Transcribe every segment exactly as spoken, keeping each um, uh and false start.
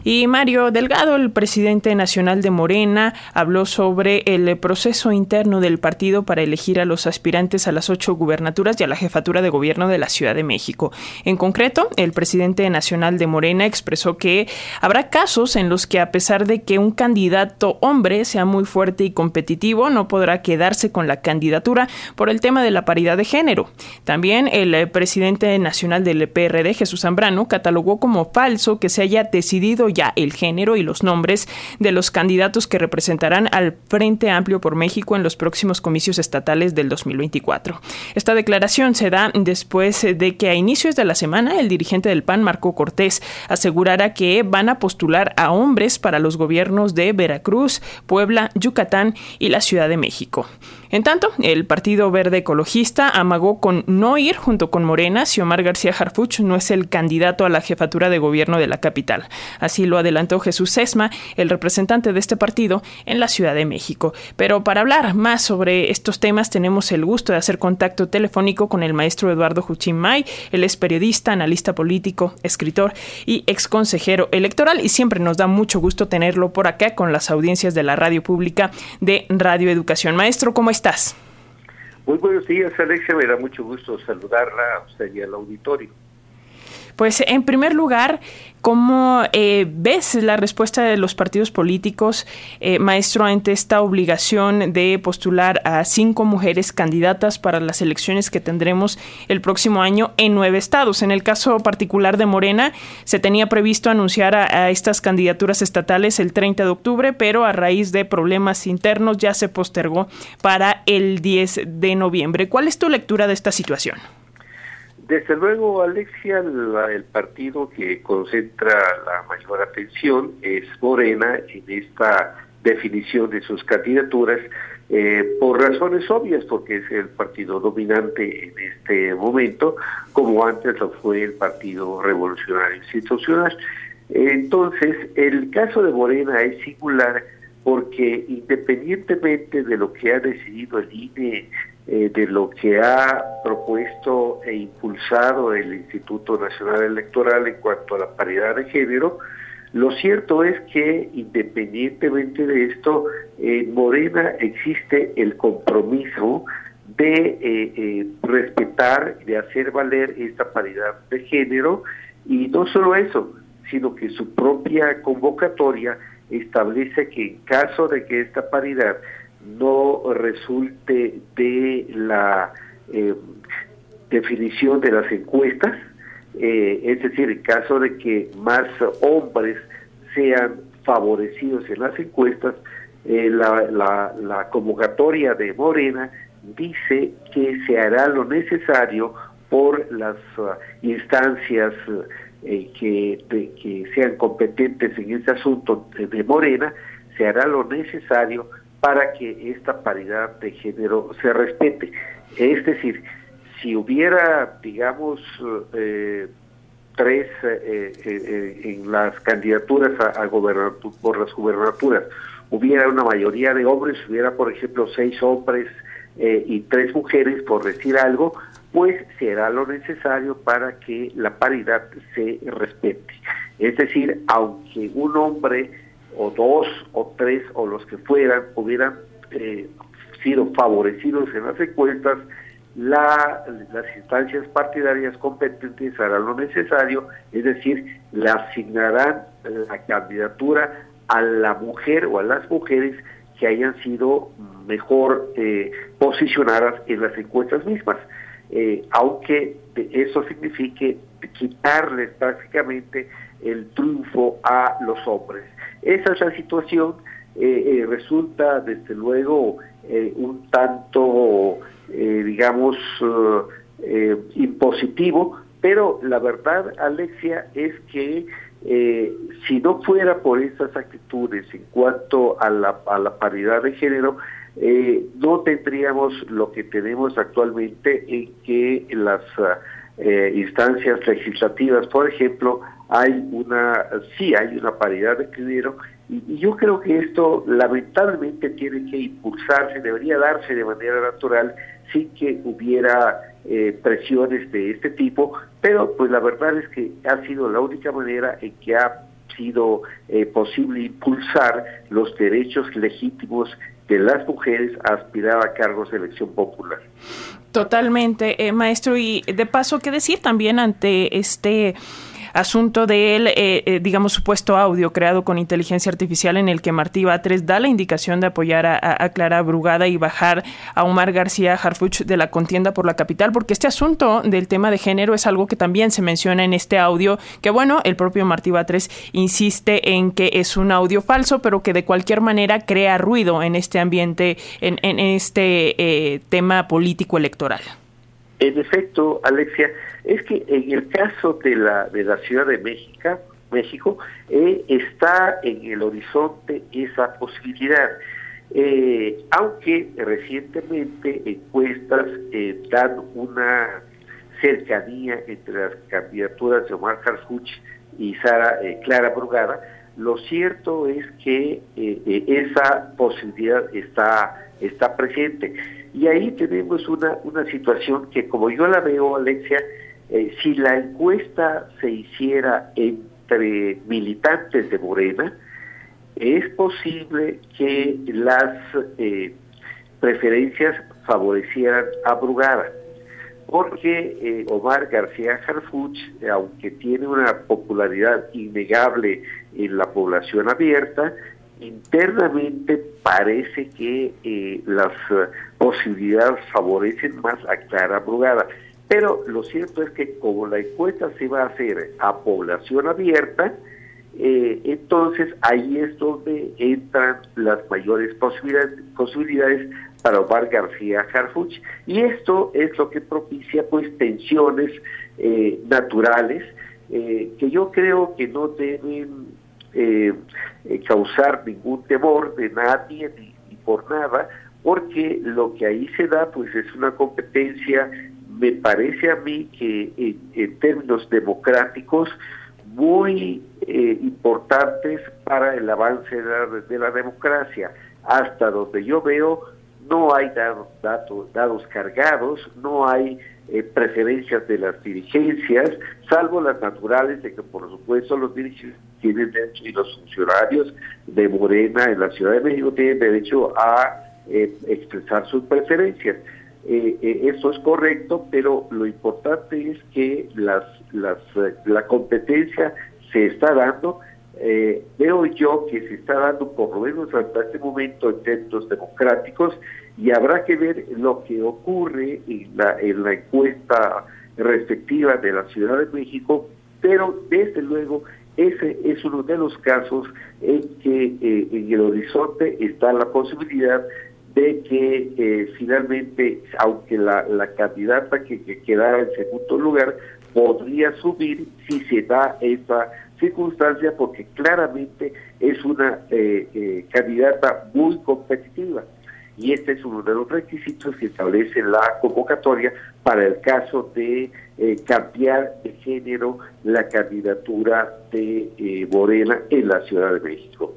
Y Mario Delgado, el presidente nacional de Morena, habló sobre el proceso interno del partido para elegir a los aspirantes a las ocho gubernaturas y a la jefatura de gobierno de la Ciudad de México. En concreto, el presidente nacional de Morena expresó que habrá casos en los que, a pesar de que un candidato hombre sea muy fuerte y competitivo, no podrá quedarse con la candidatura por el tema de la paridad de género. También el presidente nacional del P R D, Jesús Zambrano, catalogó como falso que se haya decidido ya el género y los nombres de los candidatos que representarán al Frente Amplio por México en los próximos comicios estatales del dos mil veinticuatro. Esta declaración se da después de que a inicios de la semana el dirigente del P A N, Marco Cortés, asegurara que van a postular a hombres para los gobiernos de Veracruz, Puebla, Yucatán y la Ciudad de México. En tanto, el Partido Verde Ecologista amagó con no ir junto con Morena si Omar García Harfuch no es el candidato a la jefatura de gobierno de la capital. Así lo adelantó Jesús Sesma, el representante de este partido en la Ciudad de México. Pero para hablar más sobre estos temas tenemos el gusto de hacer contacto telefónico con el maestro Eduardo Juchín May. Él es periodista, analista político, escritor y exconsejero electoral, y siempre nos da mucho gusto tenerlo por acá con las audiencias de la radio pública de Radio Educación. Maestro, ¿cómo estás? Muy buenos días, Alexia, me da mucho gusto saludarla a usted y al auditorio. Pues en primer lugar, ¿cómo eh, ves la respuesta de los partidos políticos, eh, maestro, ante esta obligación de postular a cinco mujeres candidatas para las elecciones que tendremos el próximo año en nueve estados? En el caso particular de Morena, se tenía previsto anunciar a, a estas candidaturas estatales el treinta de octubre, pero a raíz de problemas internos ya se postergó para el diez de noviembre. ¿Cuál es tu lectura de esta situación? Desde luego, Alexia, la, el partido que concentra la mayor atención es Morena en esta definición de sus candidaturas, eh, por razones obvias, porque es el partido dominante en este momento, como antes lo fue el Partido Revolucionario Institucional. Entonces, el caso de Morena es singular porque independientemente de lo que ha decidido el I N E, eh, de lo que ha propuesto e impulsado el Instituto Nacional Electoral en cuanto a la paridad de género, lo cierto es que independientemente de esto, en Morena existe el compromiso de eh, eh, respetar, de hacer valer esta paridad de género, y no solo eso, sino que su propia convocatoria establece que en caso de que esta paridad no resulte de la eh, definición de las encuestas, eh, es decir, en caso de que más hombres sean favorecidos en las encuestas, eh, la, la, la convocatoria de Morena dice que se hará lo necesario por las uh, instancias uh, eh, que, de, que sean competentes en este asunto de, de Morena, se hará lo necesario para que esta paridad de género se respete. Es decir, si hubiera, digamos, eh, tres eh, eh, en las candidaturas a, a gobernatu- por las gubernaturas, hubiera una mayoría de hombres, hubiera, por ejemplo, seis hombres eh, y tres mujeres, por decir algo, pues se hará lo necesario para que la paridad se respete. Es decir, aunque un hombre o dos o tres o los que fueran hubieran eh, sido favorecidos en las encuestas, la, las instancias partidarias competentes harán lo necesario, es decir, le asignarán la candidatura a la mujer o a las mujeres que hayan sido mejor eh, posicionadas en las encuestas mismas, eh, aunque eso signifique quitarles prácticamente el triunfo a los hombres. Esa es la situación, eh, eh, resulta desde luego eh, un tanto, eh, digamos, uh, eh, impositivo, pero la verdad, Alexia, es que eh, si no fuera por estas actitudes en cuanto a la, a la paridad de género, eh, no tendríamos lo que tenemos actualmente, en que las eh, instancias legislativas, por ejemplo, hay una, sí hay una paridad de género, y, y yo creo que esto lamentablemente tiene que impulsarse, debería darse de manera natural, sin que hubiera eh, presiones de este tipo, pero pues la verdad es que ha sido la única manera en que ha sido eh, posible impulsar los derechos legítimos de las mujeres a aspirar a cargos de elección popular. Totalmente, eh, maestro, y de paso, ¿qué decir también ante este asunto del, eh, eh, digamos, supuesto audio creado con inteligencia artificial en el que Martí Batres da la indicación de apoyar a, a Clara Brugada y bajar a Omar García Harfuch de la contienda por la capital? Porque este asunto del tema de género es algo que también se menciona en este audio, que bueno, el propio Martí Batres insiste en que es un audio falso, pero que de cualquier manera crea ruido en este ambiente, en, en este eh, tema político electoral. En efecto, Alexia, es que en el caso de la de la Ciudad de México, México eh, está en el horizonte esa posibilidad, eh, aunque recientemente encuestas eh, dan una cercanía entre las candidaturas de Omar Harfuch y Sara eh, Clara Brugada. Lo cierto es que eh, eh, esa posibilidad está está presente. Y ahí tenemos una, una situación que, como yo la veo, Alexia, eh, si la encuesta se hiciera entre militantes de Morena, es posible que las eh, preferencias favorecieran a Brugada, porque eh, Omar García Harfuch, eh, aunque tiene una popularidad innegable en la población abierta, internamente parece que eh, las uh, posibilidades favorecen más a Clara Brugada. Pero lo cierto es que como la encuesta se va a hacer a población abierta, eh, entonces ahí es donde entran las mayores posibilidades, posibilidades para Omar García Harfuch. Y esto es lo que propicia pues tensiones eh, naturales eh, que yo creo que no deben Eh, eh, causar ningún temor de nadie ni, ni por nada, porque lo que ahí se da pues es una competencia, me parece a mí que en, en términos democráticos muy eh, importantes para el avance de la, de la democracia. Hasta donde yo veo no hay dados, datos, dados cargados, no hay eh, preferencias de las dirigencias, salvo las naturales de que por supuesto los dirigentes tienen derecho y los funcionarios de Morena en la Ciudad de México tienen derecho a eh, expresar sus preferencias. Eh, eh, eso es correcto, pero lo importante es que las, las, eh, la competencia se está dando. Eh, veo yo que se está dando por lo menos hasta este momento en términos democráticos, y habrá que ver lo que ocurre en la, en la encuesta respectiva de la Ciudad de México, pero desde luego ese es uno de los casos en que eh, en el horizonte está la posibilidad de que eh, finalmente, aunque la, la candidata que, que quedara en segundo lugar podría subir si se da esa circunstancia, porque claramente es una eh, eh, candidata muy competitiva. Y este es uno de los requisitos que establece la convocatoria para el caso de eh, cambiar de género la candidatura de eh, Morena en la Ciudad de México.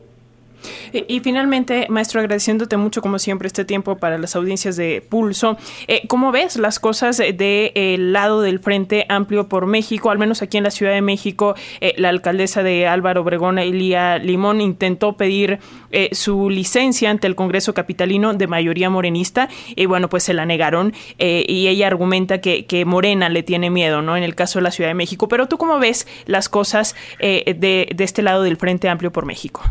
Y, y finalmente, maestro, agradeciéndote mucho, como siempre, este tiempo para las audiencias de Pulso. Eh, ¿Cómo ves las cosas del de, lado del Frente Amplio por México? Al menos aquí en la Ciudad de México, eh, la alcaldesa de Álvaro Obregón, Elía Limón, intentó pedir eh, su licencia ante el Congreso Capitalino de mayoría morenista, y bueno, pues se la negaron, eh, y ella argumenta que, que Morena le tiene miedo, ¿no?, en el caso de la Ciudad de México. Pero ¿tú cómo ves las cosas eh, de, de este lado del Frente Amplio por México?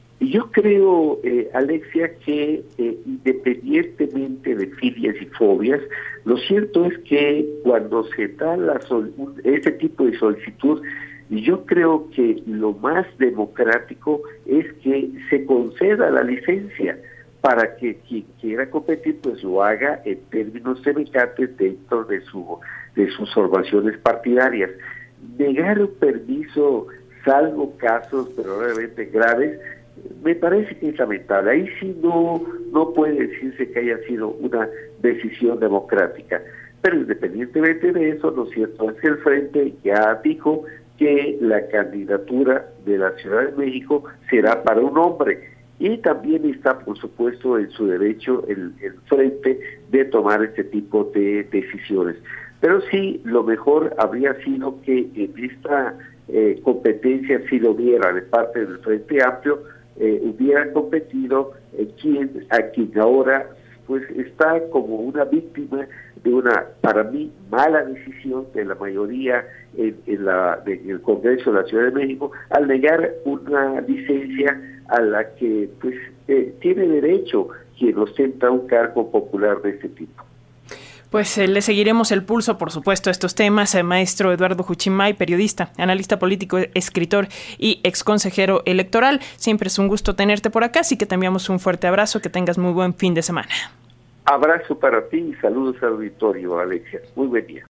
Yo creo, eh, Alexia, que eh, independientemente de filias y fobias, lo cierto es que cuando se da la sol este tipo de solicitud, yo creo que lo más democrático es que se conceda la licencia para que quien quiera competir pues lo haga en términos semejantes dentro de su de sus formaciones partidarias. Negar un permiso, salvo casos pero realmente graves, me parece que es lamentable. Ahí sí no, no puede decirse que haya sido una decisión democrática. Pero independientemente de eso, lo cierto es que el Frente ya dijo que la candidatura de la Ciudad de México será para un hombre. Y también está, por supuesto, en su derecho el, el Frente de tomar este tipo de decisiones. Pero sí, lo mejor habría sido que en esta eh, competencia si lo hubiera de parte del Frente Amplio, eh, hubiera competido eh, quien, a quien ahora pues está como una víctima de una, para mí, mala decisión de la mayoría en, en, la, en el Congreso de la Ciudad de México al negar una licencia a la que pues eh, tiene derecho quien ostenta un cargo popular de este tipo. Pues eh, le seguiremos el pulso, por supuesto, a estos temas. Eh, maestro Eduardo Juchimay, periodista, analista político, escritor y exconsejero electoral. Siempre es un gusto tenerte por acá, así que te enviamos un fuerte abrazo, que tengas muy buen fin de semana. Abrazo para ti y saludos al auditorio, Alexia. Muy buen día.